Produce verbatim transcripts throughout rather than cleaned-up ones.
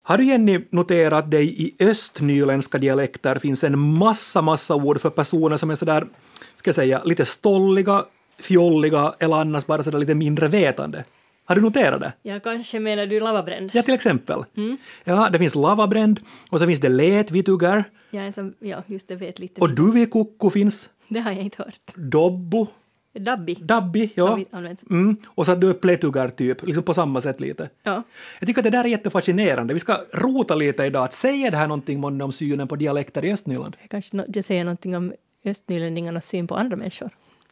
Har du, Jenny, noterat att det i östnyländska dialekter finns en massa, massa ord för personer som är sådär, ska jag säga, lite stolliga, fjolliga eller annars bara sådär lite mindre vetande? Har du noterat det? Ja, kanske menar du lavabränd. Ja, till exempel. Mm. Ja, det finns lavabränd och så finns det letvitugar. Ja, en som, ja, just det, vet lite. Och duvikukku finns. Det har jag inte hört. Dobbo. Dabbi. Dabbi, ja. Mm. Och så du pletugar typ, liksom på samma sätt lite. Ja. Jag tycker att det där är jättefascinerande. Vi ska rota lite idag. Att säga det här någonting om synen på dialekter i Östnyland? Kanske det säger någonting om östnylänningarnas syn på andra människor.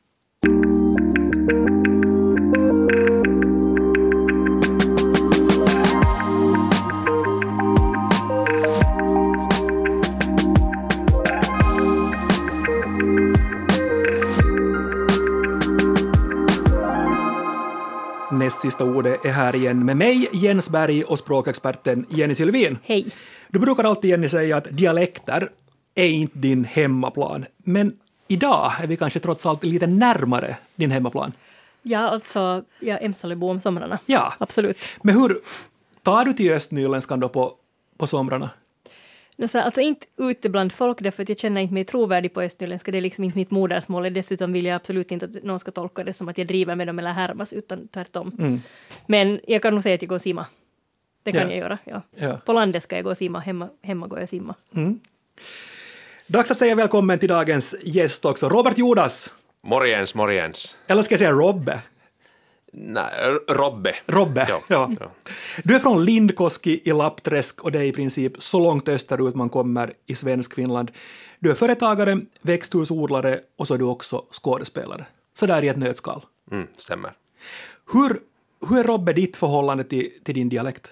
Näst sista ordet är här igen med mig, Jens Berg, och språkexperten Jenny Sylvin. Hej. Du brukar alltid, Jenny, säga att dialekter är inte din hemmaplan. Men idag är vi kanske trots allt lite närmare din hemmaplan. Ja, alltså, jag är Emsalebo om somrarna. Ja. Absolut. Men hur tar du till östnyländskan då på, på somrarna? Alltså inte ute bland folk, därför att jag känner inte mig trovärdig på östnyländska. Det är liksom inte mitt modersmål. Dessutom vill jag absolut inte att någon ska tolka det som att jag driver med dem eller härmas, utan tvärtom. Mm. Men jag kan nog säga att jag går och simma. Det kan ja. jag göra, ja. ja. På landet ska jag gå och simma, hemma, hemma går jag och simma. Mm. Dags att säga välkommen till dagens gäst också. Robert Judas. Morgens, morgens. Eller ska jag säga Robbe? Nej, Robbe. Robbe, ja. ja. ja. Du är från Lindkoski i Lappträsk och det är i princip så långt österut man kommer i svensk Finland. Du är företagare, växthusodlare och så är du också skådespelare. Så där i ett nötskal. Mm, stämmer. Hur, hur är Robbe ditt förhållande till, till din dialekt?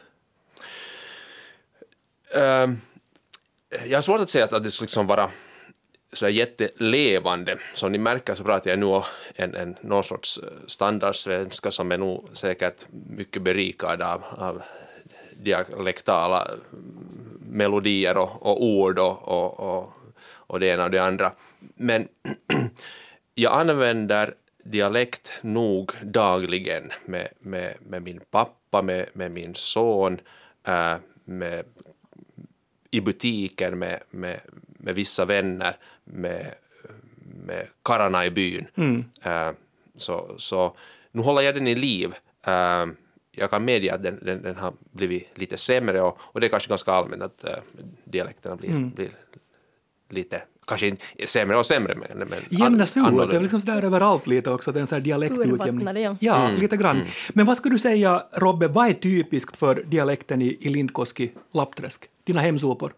Uh, jag har svårt att säga att, att det ska liksom vara så jättelevande. Som ni märker så pratar jag nu en, en någon sorts standardsvenska som är nog säkert mycket berikad av, av dialektala melodier och, och ord och, och, och, och det ena och det andra. Men jag använder dialekt nog dagligen med, med, med min pappa, med, med min son, äh, med, i butiken med, med, med vissa vänner, med, med kararna i byn. Mm. Uh, så, så nu håller jag den i liv. Uh, jag kan medge att den, den, den har blivit lite sämre och, och det är kanske ganska allmänt att uh, dialekterna blir, mm. blir lite, kanske inte sämre och sämre. Men, men jämnas ut, det är liksom sådär överallt lite också, det är en sån här dialektutjämning. Ja, ja mm. lite grann. Mm. Men vad skulle du säga, Robbe, vad är typiskt för dialekten i, i Lindkoski, Lappträsk? Dina hemsopor?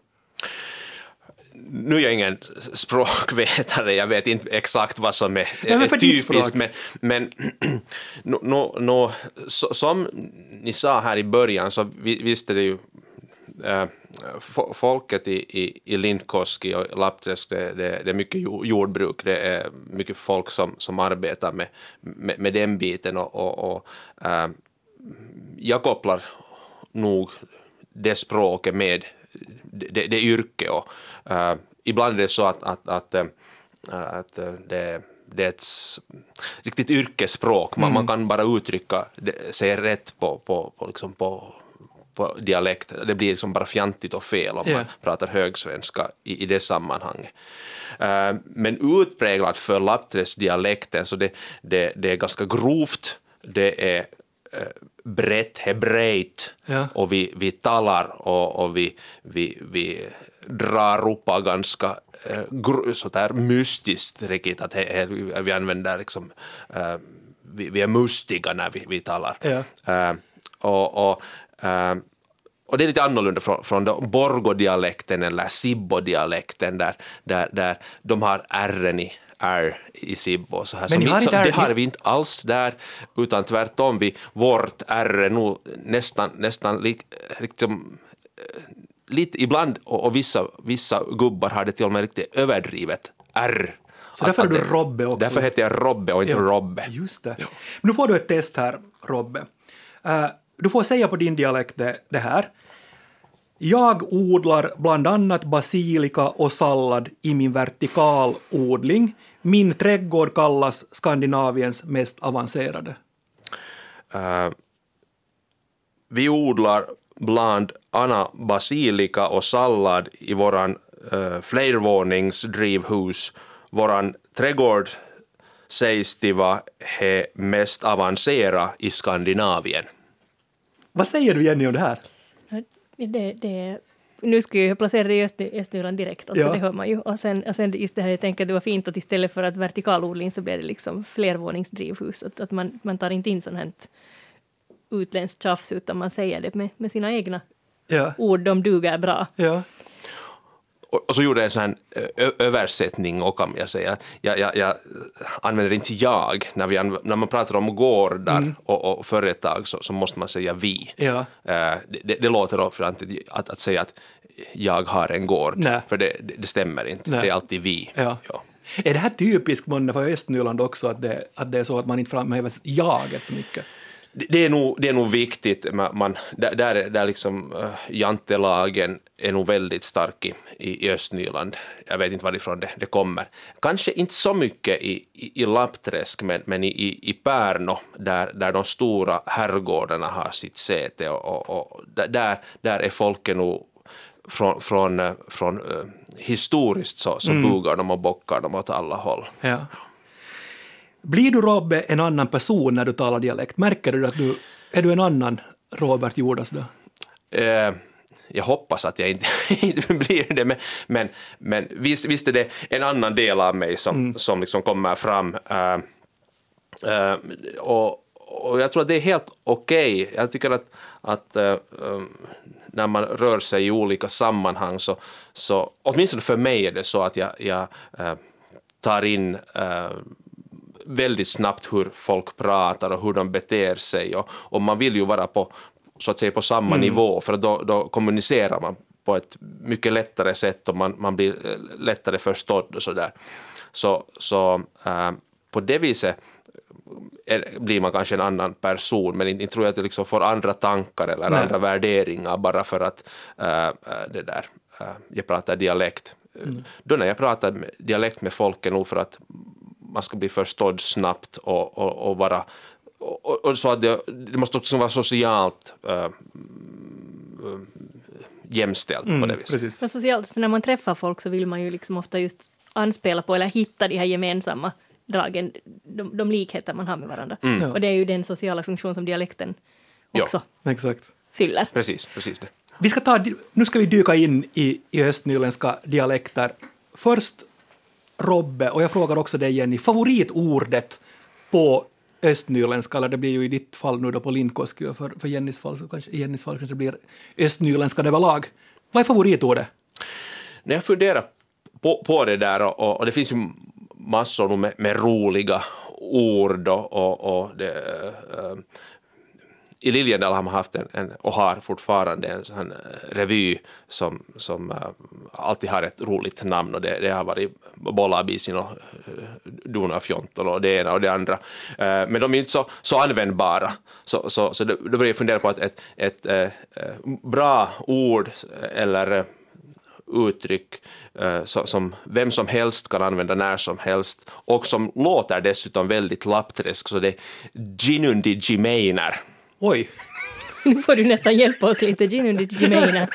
Nu är jag ingen språkvetare, jag vet inte exakt vad som är, Nej, men är typiskt, men, men no, no, no, so, som ni sa här i början så visste det ju äh, folket i, i, i Lindkoski och Lappträsk, det, det, det är mycket jordbruk, det är mycket folk som, som arbetar med, med, med den biten och, och, och äh, jag kopplar nog det språket med det, det yrke och uh, ibland är det så att, att, att, uh, att det, det är ett riktigt yrkesspråk. Man, mm. man kan bara uttrycka sig rätt på, på, på, liksom på, på dialekt. Det blir liksom bara fjantigt och fel om yeah. man pratar högsvenska i, i det sammanhanget. Uh, men utpräglat för Lappträsk-dialekten så det, det, det är ganska grovt. Det är brett hebrejt ja. och vi, vi talar och, och vi, vi, vi drar upp ganska äh, gr- så där mystiskt riktigt att he, he, vi använder liksom äh, vi, vi är mustiga när vi, vi talar ja. äh, och, och, äh, och det är lite annorlunda från, från Borgodialekten eller Sibbo-dialekten där, där, där de har ärren i är i Sibbo så här. Men så, så, det har vi inte alls där utan tvärtom vi, vårt R är nog nästan, nästan li, liksom, lite ibland och, och vissa, vissa gubbar har det till och med riktigt överdrivet R. Så därför är du Robbe också. Därför heter jag Robbe och inte ja, Robbe. Just det. Ja. Men nu får du ett test här, Robbe. Uh, du får säga på din dialekt det, det här. Jag odlar bland annat basilika och sallad i min vertikalodling. Min trädgård kallas Skandinaviens mest avancerade. Uh, vi odlar bland Anna basilika och sallad i våran uh, flervåningsdrivhus. Våran trädgård sägs till vara mest avancerad i Skandinavien. Vad säger du, Jenny, om det här? Det, det, nu skulle jag placera det i Öst, Östnyland direkt, alltså Ja. det hör man ju. Och sen, och sen just det här, jag tänker att det var fint att istället för att vertikalodling så blev det liksom flervåningsdrivhus. Att, att man, man tar inte in sånt här utländskt tjafs, utan man säger det med, med sina egna Ja. ord, de duger bra. Ja. Och så gjorde jag en sån här ö- översättning och kan jag säga. Jag, jag, jag använder inte jag. När, vi anv- när man pratar om gårdar mm. och, och företag så, så måste man säga vi. Ja. Uh, det, det låter då för att, att, att säga att jag har en gård. Nej. För det, det, det stämmer inte. Nej. Det är alltid vi. Ja. Ja. Är det här typiskt månne för Östnyland också, att det, att det är så att man inte framhäver jaget så mycket? Det, det, är nog, det är nog viktigt. Man, man, där där, där liksom uh, jantelagen är nog väldigt stark i, i Östnyland. Jag vet inte varifrån det, det kommer. Kanske inte så mycket i, i, i Lappträsk, men, men i, i, i Pärno, där, där de stora herrgårdarna har sitt säte. Och, och, och där, där är folket nog från, från, från uh, historiskt så, så mm. bugar de och bockar de åt alla håll. Ja. Blir du, Robbe, en annan person när du talar dialekt? Märker du att du är du en annan Robert Jordas då? Eh, jag hoppas att jag inte, inte blir det, men, men, men visst, visst är det en annan del av mig som, mm. som liksom kommer fram. Uh, uh, och, och jag tror att det är helt okej. Okay. Jag tycker att, att uh, um, när man rör sig i olika sammanhang så, så åtminstone för mig är det så att jag, jag uh, tar in uh, väldigt snabbt hur folk pratar och hur de beter sig, och, och man vill ju vara på, så att säga, på samma mm. nivå, för då, då kommunicerar man på ett mycket lättare sätt och man, man blir lättare förstådd och sådär. Så, så äh, på det viset är, blir man kanske en annan person, men inte, inte tror jag att jag liksom får andra tankar eller Nej. andra värderingar bara för att äh, det där, äh, jag pratar dialekt. Mm. Då när jag pratar med, dialekt med folk är nog för att man ska bli förstådd snabbt och, och, och vara och, och så att det, det måste också vara socialt äh, jämställt mm, på det viset. Precis. Men socialt, så när man träffar folk så vill man ju liksom ofta just anspela på eller hitta de här gemensamma dragen, de, de likheter man har med varandra. Mm. Och det är ju den sociala funktion som dialekten också ja, exakt. fyller. Precis, precis det. Vi ska ta, nu ska vi dyka in i, i östnyländska dialekter. Först Robbe, och jag frågar också dig, Jenny, favoritordet på östnyländska, eller det blir ju i ditt fall nu då på Lindkoski, och för, för Jennys fall så kanske, i Jennys fall kanske det blir östnyländska överlag. Vad är favoritordet? När jag funderar på, på det där, och, och det finns ju massor med, med roliga ord och, och, och det, äh, i Liljendal har man haft en, en, och har fortfarande en sån revy som, som äh, alltid har ett roligt namn, och det, det har varit Bollabisin och äh, Dunafjonton och det ena och det andra. Äh, men de är inte så, så användbara. Så, så, så då, då börjar jag fundera på att ett, ett äh, bra ord eller äh, uttryck äh, så, som vem som helst kan använda när som helst, och som låter dessutom väldigt lappträsk, så det är Ginundi Jimeiner. Oj. Nu får du nästan hjälpa oss lite. Ginundi Jimeiner.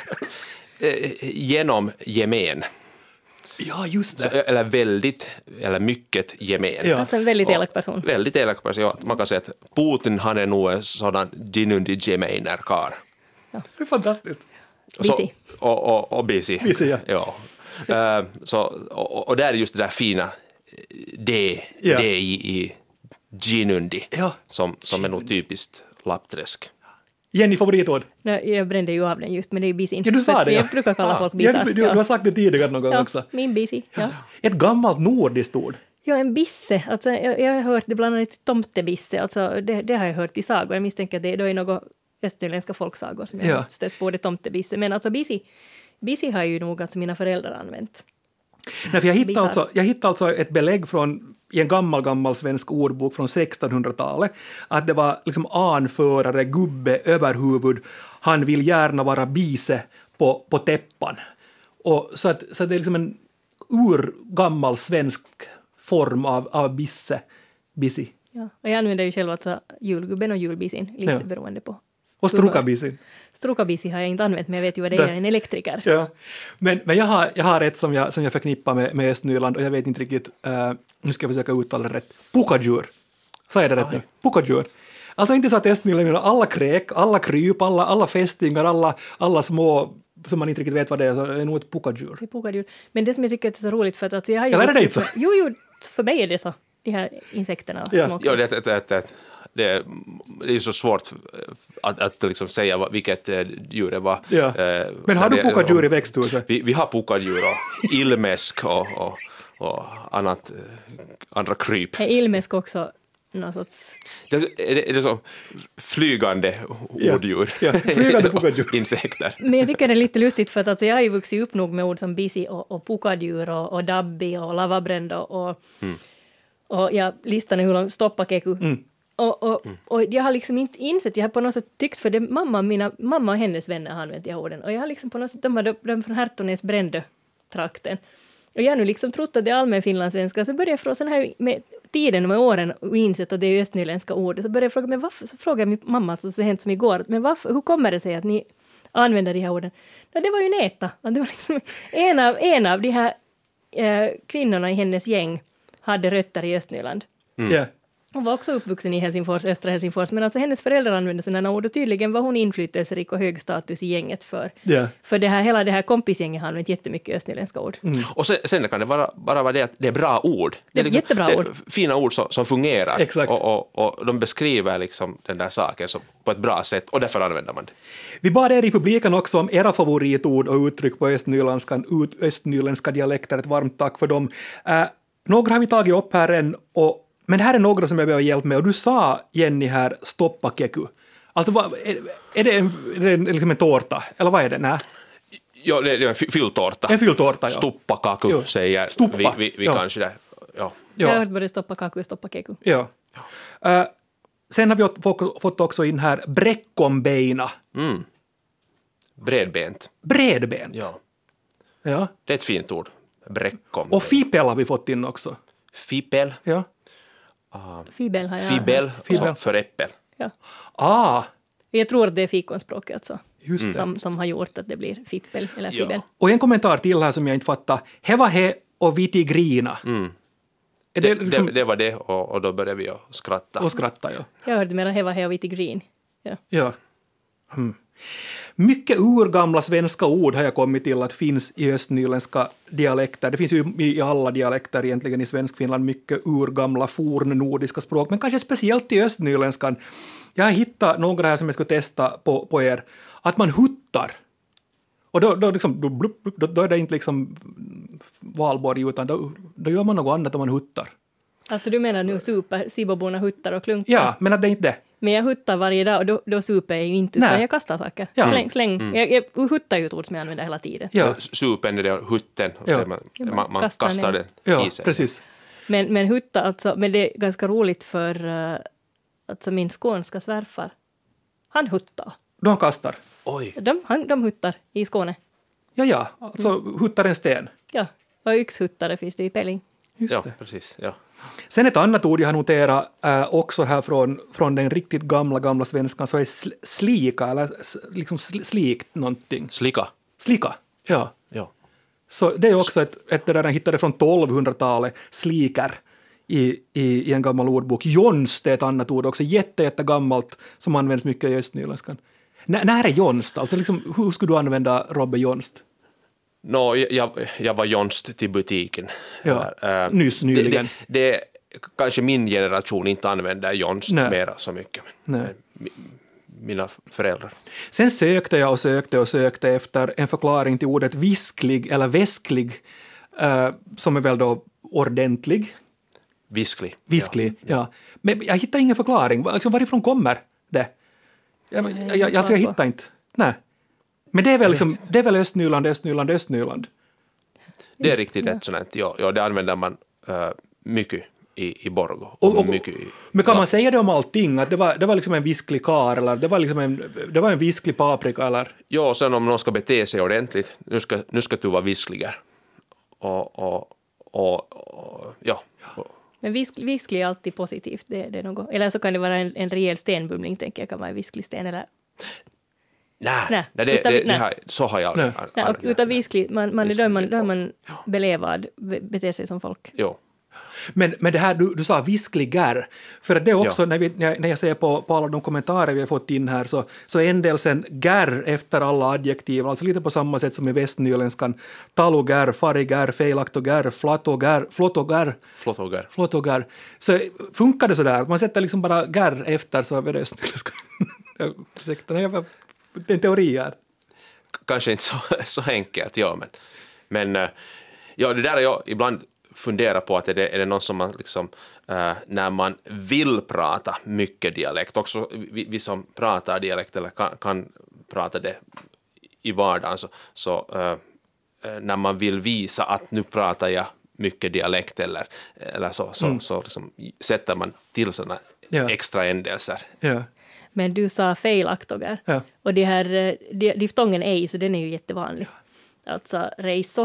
Genom gemen. Ja, just det. Så, eller väldigt, eller mycket gemen. Ja. Alltså en väldigt elak person. Och väldigt elak person, ja. Man kan säga att Putin, han är nog en sådan Ginundi Jimeiner-kar. Ja. Det är fantastiskt. Busy. Och, och, och busy. Busy, ja. ja. uh, så, och, och där är just det där fina D, ja. D i, i Ginundi, ja. som, som är nog typiskt lappträsk. Jenny, favoritord? Nej, jag brände ju av den just, men det är bisin. Ja, du sa det. Jag brukar kalla ah. folk bisar. Ja, du, du, du har sagt det tidigare någon gång ja, också. Min bisi, ja. Ett gammalt nordiskt ord. Ja, en bisse. Alltså, jag, jag har hört det bland annat tomtebisse. Alltså, det, det har jag hört i sagor. Jag misstänker att det då är något östnyländska folksagor som jag ja. har stött på, det tomtebisse. Men alltså bisi, bisi har ju nog alltså mina föräldrar använt. Nej, för jag hittade, alltså, jag hittade alltså ett belägg från i en gammal, gammal svensk ordbok från sextonhundratalet, att det var liksom anförare, gubbe, överhuvud, han vill gärna vara bise på, på täppan. Och så, att, så att det är liksom en urgammal svensk form av, av bisse, bisi. Ja, och jag använder ju själv alltså julgubben och julbisin, lite ja. beroende på Och strukabisi. Strukabisi har jag inte använt, men jag vet ju vad det är, Det- jag är en elektriker. Ja. Men, men jag, har, jag har ett som jag, som jag förknippar med, med Östnyland och jag vet inte riktigt, uh, nu ska jag försöka uttala det rätt. Pukadjur. Så är det rätt nu. Pukadjur. Alltså inte så att Östnyland är alla kräk, alla kryp, alla, alla fästingar, alla, alla små som man inte riktigt vet vad det är, så är det nog ett pukadjur. Det är pokadjur. Men det som jag tycker är så roligt för att alltså, jag har ju... Eller är det vuxit inte så? med- Jo, jo, för mig är det så. De här insekterna. Ja. Små Ja, det, det, det, det, det, är- det är så svårt att, att liksom säga vad- vilket eh, djur det var. Ja. Eh, Men har när du det- pukadjur i växthuset? Vi, vi har pokadjur och ilmäsk och, och, och annat, eh, andra kryp. Är ilmesk också någon sorts... Det är, är det, är det så flygande Ja. odjur? Ja, flygande pokadjur. Insekter. Men jag tycker det är lite lustigt för att alltså, jag har ju vuxit upp nog med ord som bisi och, och pokadjur och, och dabbi och lavabränd och, och, Mm. och ja, listan är hur lång, stoppakeku. Mm. Och, och, och jag har liksom inte insett, jag har på något sätt tyckt för det mamma, mina, mamma och hennes vänner har använt de här orden och jag har liksom på något sätt, de var de, de från Hertonäs Brändö-trakten. Och jag har nu liksom trott att det är allmän finlandssvenska, så började jag fråga sån här med tiden och med åren och insett att det är östnyländska ord. Så började jag fråga, men varför, så frågade min mamma, alltså så hänt som igår, men varför, hur kommer det sig att ni använder de här orden? Ja, det var ju Neta. Det var liksom en av, en av de här eh, kvinnorna i hennes gäng hade rötter i Östnyland. Ja. Hon var också uppvuxen i Helsingfors, östra Helsingfors, men alltså hennes föräldrar använde sådana ord och tydligen var hon inflytelserik och hög status i gänget för, Ja. för det här, hela det här kompisgänget har använt jättemycket östnyländska ord. Och sen, sen kan det vara, bara vara det att det är bra ord. Det är jättebra det är ord. Fina ord som, som fungerar. Exakt. Och, och, och de beskriver liksom den där saken så, på ett bra sätt och därför använder man det. Vi bad er i publiken också om era favoritord och uttryck på östnyländska, ut, östnyländska dialekter. Ett varmt tack för dem. Uh, några har vi tagit upp här än, och, men här är några som jag behöver hjälp med. Och du sa, Jenny, här, stoppakeku. Alltså, vad, är, är det, en, är det en, liksom en tårta? Eller vad är det? Nej. Ja, det, det är en fy- fylltårta. En fylltårta, ja. Stuppakaku Jo. säger Stuppa, vi, vi, vi ja. kanske där. Ja. Jag har Ja. hört både stoppa kaku och stoppa keku. ja. Uh, sen har vi fått, fått också in här bräckombeina. Mm. Bredbent. Bredbent. Ja. Ja. Det är ett fint ord. Bräckom. Och fipel har vi fått in också. Fipel. Ja. Fibel har jag Fibel, hört. Fibel. som för äppel. Ja. Ah, Jag tror att det är fikonspråket alltså, just det. som, som har gjort att det blir fippel eller Ja. fibel. Och en kommentar till här som jag inte fattar. Heva he och vitigrina. Mm. Är Det, det liksom, det, det var det och, och då började vi att skratta. och skratta, ja. Jag hörde mera heva heva viti green. Ja. ja. Hmm. Mycket urgamla svenska ord har jag kommit till att finns i östnyländska dialekter. Det finns ju i alla dialekter egentligen i Svenskfinland mycket urgamla fornnordiska språk, men kanske speciellt i östnyländskan. Jag har hittat några här som jag ska testa på, på er. Att man huttar. Och då, då, liksom, då, då, då är det inte liksom valborg, utan då, då gör man något annat om man huttar. Alltså du menar nu super, Siboborna huttar och klunkar? Ja, men att det är inte det. Men jag huttar varje dag och då, då super jag ju inte, utan Nej. jag kastar saker. Ja. Släng, släng. Mm. Jag, jag huttar ju ett ord som jag använder hela tiden. Ja, Supen är det hutten. Och Ja. så man, Ja, man man, man kastar kastar ner. den ja i sig. precis. Men, men hutta alltså, men det är ganska roligt för uh, alltså min skånska svärfar. Han huttar. De kastar. Oj. De, han, de huttar i Skåne. Ja, ja, alltså huttar en sten. Ja, och yxhuttare finns det i Pelling. Just Ja, det. precis. Ja. Sen ett annat ord jag har noterat äh, också här från, från den riktigt gamla, gamla svenskan, så är sl- slika, eller s- liksom sl- slikt någonting. Slika. Slika, ja. Ja. Så det är också ett, ett det där jag hittade från tolvhundratalet, slikar, i, i, i en gammal ordbok. Jonst är ett annat ord också, jätte, jätte gammalt, som används mycket i östnyländskan. N- när är jonst? Alltså liksom, hur skulle du använda Robbe jonst? No, jag, jag var jonst till butiken. Ja, Eller, äh, nyss, nyligen. Det, det, det kanske min generation inte använder jonst Nej. mera så mycket. Nej. Men mi- mina föräldrar. Sen sökte jag och sökte och sökte efter en förklaring till ordet visklig eller väsklig, eh, som är väl då ordentlig. Visklig. Visklig, ja. Men jag hittade ingen förklaring. Alltså, varifrån kommer det? Jag, jag, jag, jag, jag, jag hittar inte. Nej. Men det är väl, liksom, det är väl Östnyland, Östnyland, Östnyland. Det är riktigt ett sånt. Ja, ja, det använder man uh, mycket i, i Borgå. Och, och, mycket i men kan man Lappis. säga det om allting? Att det var, det var liksom en visklig kar, eller det var, liksom en, det var en visklig paprika, eller? Ja, och sen om någon ska bete sig ordentligt, nu ska, nu ska du vara viskligare. Och, och, och, och ja. Och, Men visk, visklig är alltid positivt. Det, det är något. Eller så kan det vara en, en rejäl stenbumling, tänker jag, kan vara en visklig sten. Eller Nej, Nej, nej, det, utan- det, det nej. har, så har jag aldrig. Nej. aldrig- Nej, och aldrig- utan viskligt, man, man, då är man, då är man Ja. belevad, be- beter sig som folk. Jo. Men, men det här, du, du sa viskligar, för att det är också, Ja. när, vi, när, jag, när jag ser på, på alla de kommentarer vi har fått in här, så, så är en del sen gär efter alla adjektiv, alltså lite på samma sätt som i västnyländskan, talogär, farigär, feilaktogar, flatogär, flotogar, Flottogar. flotogar. Så funkar det sådär, att man sätter liksom bara gär efter, så är det östnyländskan. Ursäkta, nej, jag- det är en teori här. Kanske inte så, så enkelt, ja, men, men eh, ja, det där är jag ibland funderar på att är det, är det någon som man liksom, eh, när man vill prata mycket dialekt, också vi, vi som pratar dialekt eller kan, kan prata det i vardagen, så, så eh, när man vill visa att nu pratar jag mycket dialekt eller, eller så, så, Mm. så liksom, sätter man till sådana Ja. extra ändelser. Ja. Men du sa feilaktogar. Ja. Och det här, eh, di- diftongen ej, så den är ju jättevanlig. Alltså reiso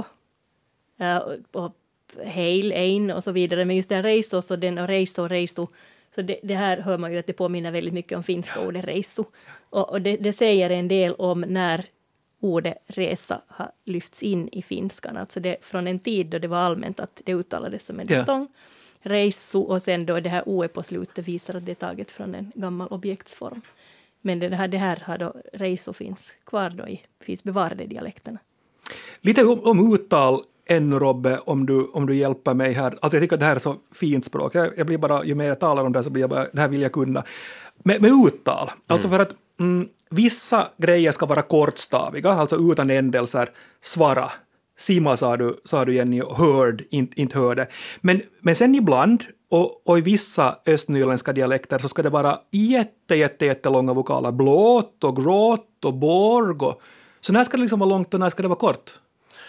eh, och, och heil, ein och så vidare. Men just det här reiso, så den och reiso, reiso. Så det, det här hör man ju att det påminner väldigt mycket om finska ordet reiso. Och, och det, det säger en del om när ordet resa har lyfts in i finskan. Alltså det från en tid då det var allmänt att det uttalades som en Ja. diftong. Reiso, och sen då det här o på slutet visar att det är taget från en gammal objektsform. Men det här, det här har då, reiso finns kvar då i, finns bevarade dialekterna. Lite om, om uttal ännu, Robbe, om du, om du hjälper mig här. Alltså jag tycker att det här är så fint språk. Jag, jag blir bara, ju mer jag talar om det här så blir jag bara, det här vill jag kunna. Med, med uttal, alltså för att mm, vissa grejer ska vara kortstaviga, alltså utan ändelser, svara. Sima sa du, sa du Jenny, hörd, inte, inte hörde. Men, men sen ibland, och, och i vissa östnyländska dialekter, så ska det vara jätte, jätte, jättelånga vokaler. Blåt och gråt och borg. Och, så när ska det liksom vara långt och när ska det vara kort?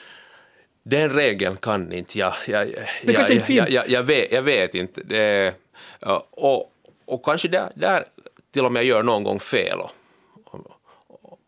Den regeln kan inte jag. Jag, jag, Det kanske inte jag, finns. jag, jag, vet, jag vet inte. Det, ja, och, och kanske där, där till och med gör någon gång fel. Och, och,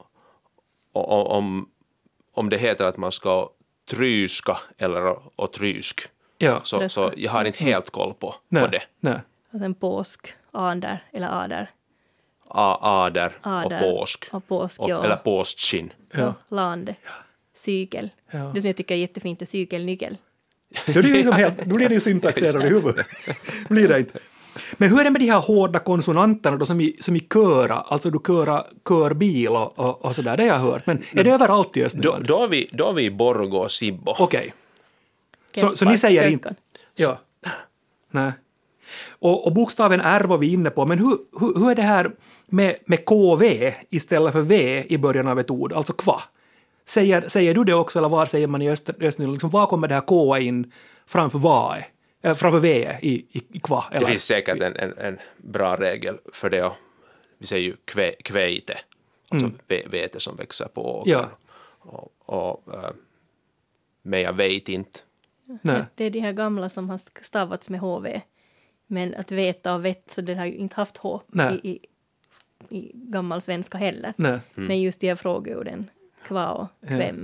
och, om, om det heter att man ska tryska eller och trysk. Ja. Så, så jag har inte helt koll på, Nej, på det. nej. Och sen påsk, ander eller ader. A, ader, Ader och påsk. och påsk, och, ja. eller påskskinn. Ja. Lande, cykel. Ja. Det som jag tycker är jättefint är cykelnyckel. Då blir det ju, helt, då blir det ju syntaxerad i huvudet. Blir det inte. Men hur är det med de här hårda konsonanterna då, som i, som i köra, alltså du köra körbil och, och, och sådär, det har jag hört. Men är det överallt i Då, Östnyland? då, är vi, då är vi i Borgå och Sibbo. Okej. Så, så Kempar, ni säger Rökan. inte... Ja. Nej. Och, och bokstaven R var vi inne på, men hur, hur, hur är det här med, med K V istället för V i början av ett ord, alltså kva? Säger, säger du det också, eller var säger man i Öst, Östnyland? Liksom, var kommer det här K in framför va? Äh, framför V i, i, i kva? Eller? Det finns säkert en, en, en bra regel för det. Och vi säger ju kve, kveite, alltså Mm. ve- vete som växer på åkern. Ja. Och, och, äh, men jag vet inte. Nej. Det är de här gamla som har stavats med H V. Men att veta och vett, så den har ju inte haft H Nej. i, i, i gammal svenska heller. Nej. Men just de här frågeorden, kva och kvem.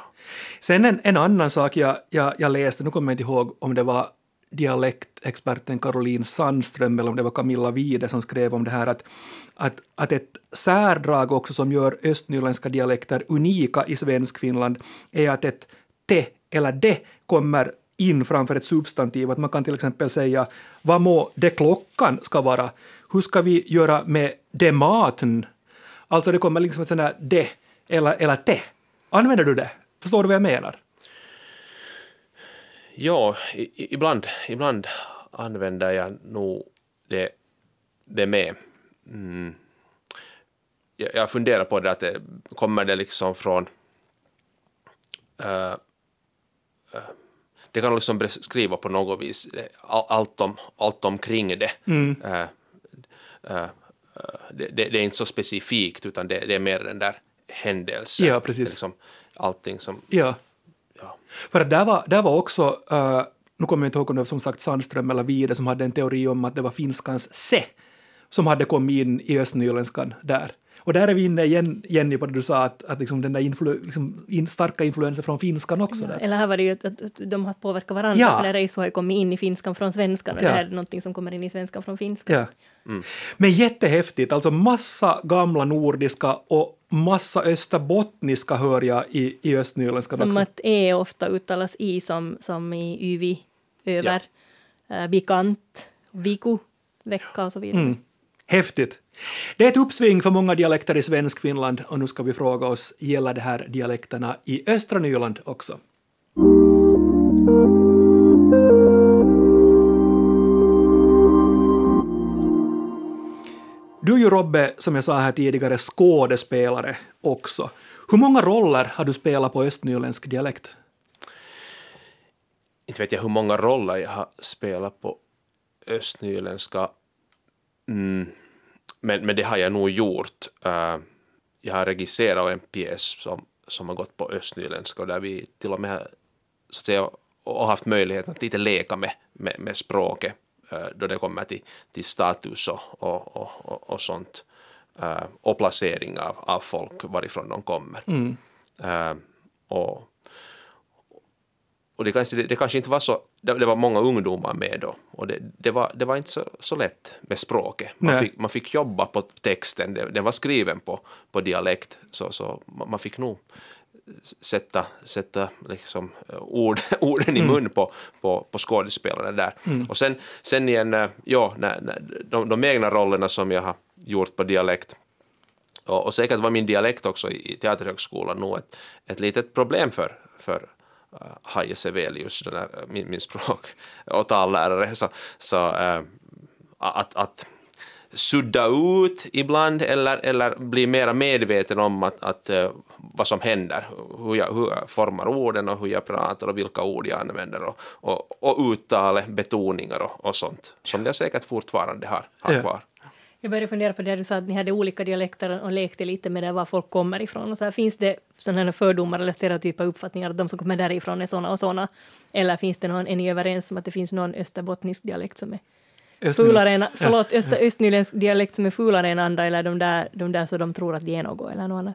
Sen en, en annan sak jag, jag, jag läste, nu kommer jag inte ihåg om det var dialektexperten Caroline Sandström eller om det var Camilla Wide som skrev om det här, att, att, att ett särdrag också som gör östnyländska dialekter unika i Svenskfinland är att ett te eller de kommer in framför ett substantiv. Att man kan till exempel säga vad må det klockan ska vara. Hur ska vi göra med det maten? Alltså det kommer liksom ett sånt där de eller, eller te. Använder du det? Förstår du vad jag menar? Ja, i, i- ibland, ibland använder jag nog det, det med. Mm. Jag, jag funderar på det, att det kommer det liksom från... Uh, uh, det kan liksom beskriva på något vis det, all, allt, om, allt omkring det. Mm. Uh, uh, uh, det, det. Det är inte så specifikt, utan det, det är mer den där händelsen. Ja, precis. Det är liksom allting som... Ja. Ja. För att där var, där var också, uh, nu kommer jag inte ihåg om det var som sagt Sandström eller Wide som hade en teori om att det var finskans se som hade kommit in i östnyländskan där. Och där är vi inne igen, Jenny, på det du sa, att, att liksom den där influ, liksom in, starka influenser från finskan också. Ja, där. eller här var det ju att, att, att de har påverkat varandra, Ja. för när Reiso har kommit in i finskan från svenskan, och Ja. det här är någonting som kommer in i svenskan från finskan. Ja. Mm. Men jättehäftigt, alltså massa gamla nordiska och massa österbottniska hör jag i, i östnyländska Som också. att E ofta uttalas I som, som i yvi, över, ja. uh, vikant, viku, vecka och så vidare. Mm. Häftigt. Det är ett uppsving för många dialekter i svensk Finland, och nu ska vi fråga oss, gäller det här dialekterna i östra Nyland också? Du är ju, Robbe, som jag sa här tidigare, skådespelare också. Hur många roller har du spelat på östnyländsk dialekt? Inte vet jag hur många roller jag har spelat på östnyländska. Mm. Men, men det har jag nog gjort. Uh, jag har regisserat en pjäs som, som har gått på östnyländska, och där vi till och med har, så att säga, och haft möjlighet att lite leka med, med, med språket uh, då det kommer till, till status och, och, och, och sånt. Uh, och placering av, av folk varifrån de kommer. Mm. Uh, och och det, kanske, det, det kanske inte var så, det, det var många ungdomar med då, och det, det, var, det var inte så, så lätt med språket. Man fick, man fick jobba på texten, det, den var skriven på, på dialekt, så, så man fick nog sätta, sätta liksom ord, orden i mun på, på, på skådespelarna där. Mm. Och sen, sen igen, ja, när, när, de, de egna rollerna som jag har gjort på dialekt, och, och säkert var min dialekt också i, i teaterhögskolan nog ett, ett litet problem för, för Uh, Haje Sevelius, den där, min, min språk- och tallärare, så, så uh, att, att sudda ut ibland eller, eller bli mer medveten om att, att, uh, vad som händer, hur jag, hur jag formar orden och hur jag pratar och vilka ord jag använder och, och, och uttalet, betoningar och, och sånt, som jag säkert fortfarande har, har ja. kvar. Jag började fundera på det du sa, att ni hade olika dialekter och lekte lite med det, var folk kommer ifrån. Och så här, finns det sådana här fördomar eller stereotypa uppfattningar att de som kommer därifrån är såna och såna? Eller finns det någon, är ni överens om att det finns någon österbottnisk dialekt som är fulare än, förlåt, öster, östnyländsk dialekt som är fulare än andra, eller de där, de där så de tror att det är något eller något annat?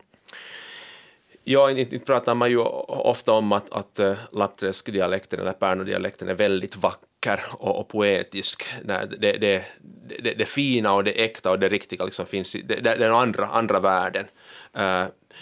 Ja, inte, inte pratar man ju ofta om att, att uh, lappträskdialekten eller pärnodialekten är väldigt vacker och, och poetisk. Nej, det, det, det, det fina och det äkta och det riktiga liksom finns i det, det är andra, andra världen. Uh,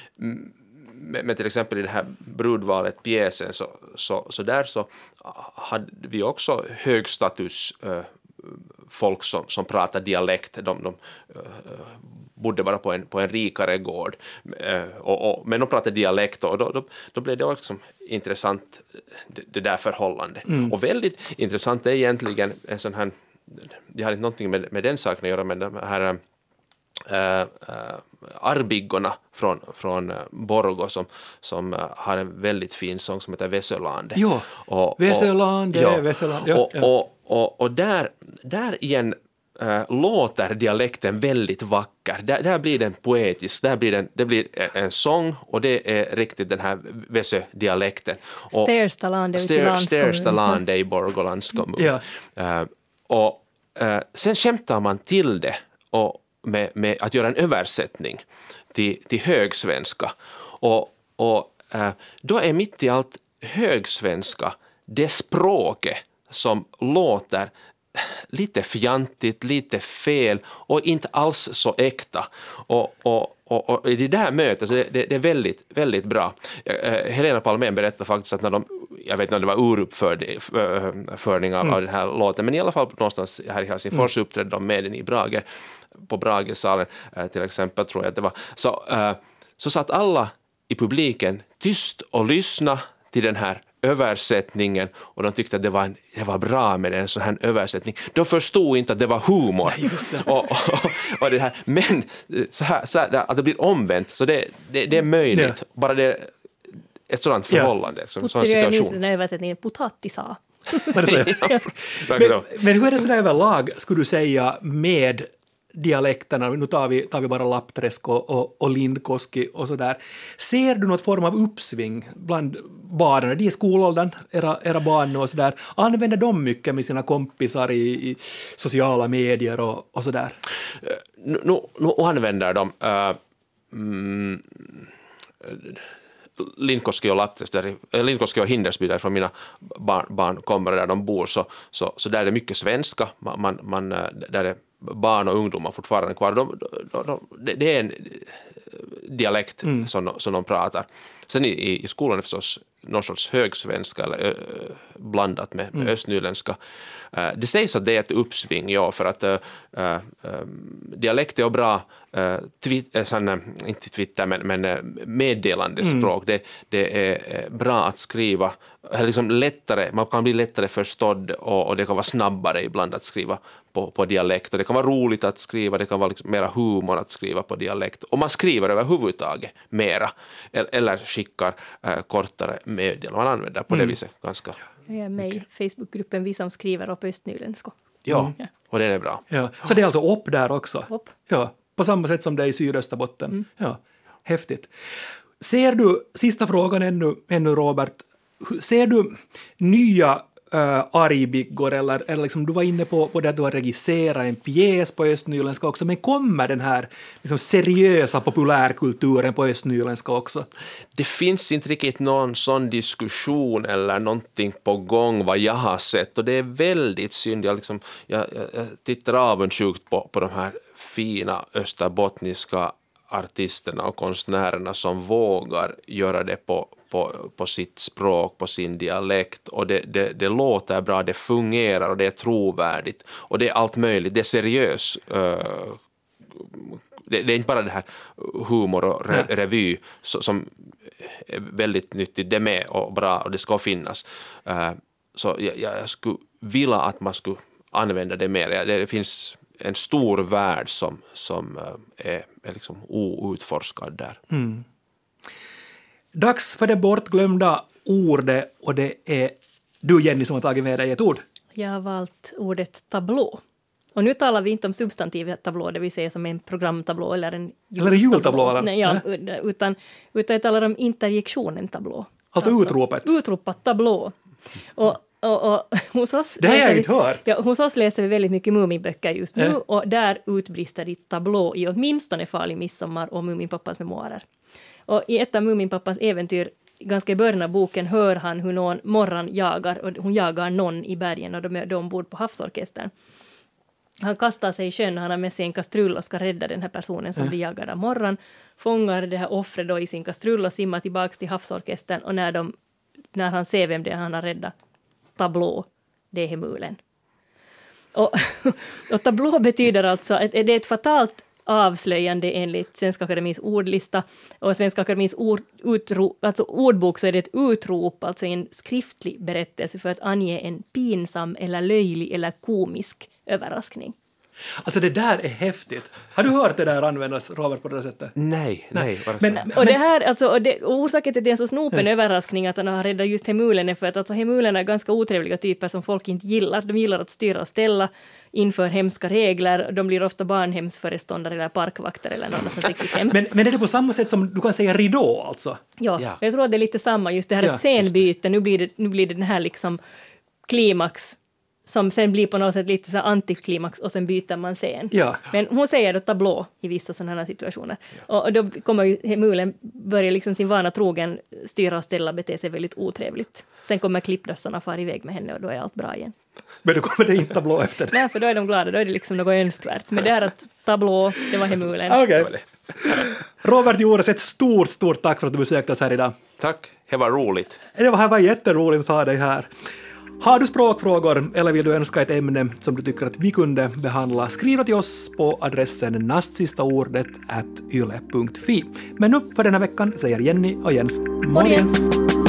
men, men till exempel i det här brudvalet pjäsen, så, så, så där så hade vi också högstatus uh, folk som, som pratar dialekt. De, de uh, bodde bara på en, på en rikare gård, uh, och, och, men de pratade dialekt, och då, då, då blev det också intressant, det, det där förhållandet. Mm. Och väldigt intressant är egentligen en sån här, jag har inte någonting med, med den saken att göra, men de här äh, äh, arbiggorna från, från Borgå som, som äh, har en väldigt fin sång som heter Vesölande. Jo, och, Vesölande, ja, Vesölande. Ja, och, ja. och, och, och där, där igen äh, låter dialekten väldigt vacker. Där, där blir den poetisk, där blir den, det blir en sång, och det är riktigt den här Vesö-dialekten. Sterstalandet ute i landskommun. Sterstalandet i Borgå landskommun. Ja. Uh, och uh, sen skämtar man till det och med, med att göra en översättning till, till högsvenska. Och, och uh, då är mitt i allt högsvenska det språket som låter lite fjantigt, lite fel och inte alls så äkta. Och, och, och, och i det där mötet så det, det, det är väldigt, väldigt bra. Uh, Helena Palmén berättade faktiskt att när de, jag vet inte om det var uruppförning av, mm. av den här låten, men i alla fall någonstans här i Helsingfors mm. uppträdde de med den i Brage, på Bragesalen uh, till exempel, tror jag att det var. Så, uh, så satt alla i publiken tyst och lyssna till den här översättningen, och de tyckte att det var, en, det var bra med en sån här översättning. De förstod inte att det var humor. Nej, just det. Och, och, och det här, men så här, så här, att det blir omvänt, så det, det, det är möjligt. Ja. Bara det ett sådant förhållande. Ja. Som, sån situation. Jag minns den här översättningen, potatisa. men, men hur är det så där överlag, skulle du säga, med dialekterna, nu tar vi, tar vi bara Lappträsk och, och, och Lindkoski och sådär. Ser du något form av uppsving bland barnen, de i skolåldern, era, era barn och sådär? Använder de mycket med sina kompisar i, i sociala medier och, och sådär? Nu, nu, nu använder de, uh, mm, Lindkoski och Lappträsk, där, Lindkoski och Hindersby, där från mina barn, barn kommer där de bor, så, så, så där är det mycket svenska, man, man, man, där är barn och ungdomar fortfarande kvar. De, de, de, det är en dialekt mm. som, som de pratar. Sen i, i skolan är det förstås någon sorts högsvenska eller ö, blandat med, med mm. östnyländska. Uh, det sägs att det är ett uppsving, ja, för att uh, uh, dialekt är bra, uh, twi- uh, sån, uh, inte Twitter, men, men uh, meddelandespråk. Mm. Det, det är uh, bra att skriva, eller liksom lättare, man kan bli lättare förstådd och, och det kan vara snabbare ibland att skriva på, på dialekt. Och det kan vara roligt att skriva, det kan vara liksom mera humor att skriva på dialekt. Och man skriver överhuvudtaget mera, eller, eller skickar uh, kortare meddelanden. Man använder på mm. det viset ganska. Jag är med i Facebookgruppen Vi som skriver på östnyländska. Ja, mm. ja, och det är bra. Ja. Så det är alltså upp där också? Upp. Ja, på samma sätt som det är i Sydösterbotten. Mm. Ja, häftigt. Ser du, sista frågan ännu, ännu Robert, ser du nya äh, argbiggor eller, eller liksom, du var inne på, på det att du har regisserat en pjäs på östnyländska också, men kommer den här liksom, seriösa populärkulturen på östnyländska också? Det finns inte riktigt någon sån diskussion eller någonting på gång vad jag har sett, och det är väldigt synd. Jag, liksom, jag, jag, jag tittar avundsjukt på, på de här fina österbottniska artisterna och konstnärerna som vågar göra det på, på, på sitt språk, på sin dialekt, och det, det, det låter bra, det fungerar och det är trovärdigt och det är allt möjligt, det är seriöst. Uh, det, det är inte bara det här humor och re, revy så, som är väldigt nyttigt, det är med och bra och det ska finnas. Uh, så jag, jag skulle vilja att man skulle använda det mer. Det, det finns en stor värld som, som är, är liksom outforskad där. Mm. Dags för det bortglömda ordet, och det är du, Jenny, som har tagit med dig ett ord. Jag har valt ordet tablå. Och nu talar vi inte om substantivet tablå, det vill säga som en programtablå eller en jultablå. Eller jultablå. Eller? Nej, ja, utan, utan jag talar om interjektionen tablå. Alltså, alltså utropet. Utropat tablå. Och Och, och, hos oss det har jag vi, inte hört. Ja, hos oss läser vi väldigt mycket Muminböcker just nu, äh. och där utbrister det tablå i åtminstone Farlig midsommar och Muminpappas memoarer. Och i ett av Muminpappas äventyr, ganska i början av boken, hör han hur någon morran jagar, och hon jagar någon i bergen, och de är ombord på havsorkestern. Han kastar sig i sjön, han har med sig en kastrull och ska rädda den här personen som äh. blir jagad av morran, fångar det här offret då i sin kastrull och simmar tillbaka till havsorkestern, och när, de, när han ser vem det är han har räddat, tablå, det är hemulen. Och, och tablå betyder alltså att det är ett fatalt avslöjande enligt Svenska Akademins ordlista, och Svenska Akademins ord, utrop, alltså ordbok, så är det ett utrop, alltså en skriftlig berättelse för att ange en pinsam eller löjlig eller komisk överraskning. Alltså det där är häftigt. Har du hört det där användas, Robert, på det sättet? Nej, nej. nej men, men, och det här, alltså, och det, och orsaken till att det är en så snopen överraskning att han har räddat just hemulen är för att alltså, hemulen är ganska otrevliga typer som folk inte gillar. De gillar att styra och ställa inför hemska regler. De blir ofta barnhemsföreståndare eller parkvakter eller något som riktigt hemskt. Men, men är det på samma sätt som du kan säga ridå alltså? Ja, ja. Jag tror att det är lite samma. Just det här ja, ett scenbyte. Nu blir det, nu blir det den här liksom klimax som sen blir på något sätt lite så antiklimax, och sen byter man scen. Ja. Men hon säger då tablå i vissa sådana här situationer. Ja. Och, och då kommer ju hemulen börja liksom sin vana trogen styra och ställa, bete sig väldigt otrevligt. Sen kommer klippdössarna far iväg med henne och då är allt bra igen. Men då kommer det inte tablå efter det. Nej, för då är de glada, då är det liksom något önskvärt. Men det är att tablå, det var hemulen. Okej. Okay. Robert Jores, ett stort, stort tack för att du besökte oss här idag. Tack, det var roligt. Det var, var jätteroligt att ha dig här. Har du språkfrågor eller vill du önska ett ämne som du tycker att vi kunde behandla, skriv till oss på adressen nastsistaordet at yle punkt fi. Men nu för den här veckan säger Jenny och Jens morgens.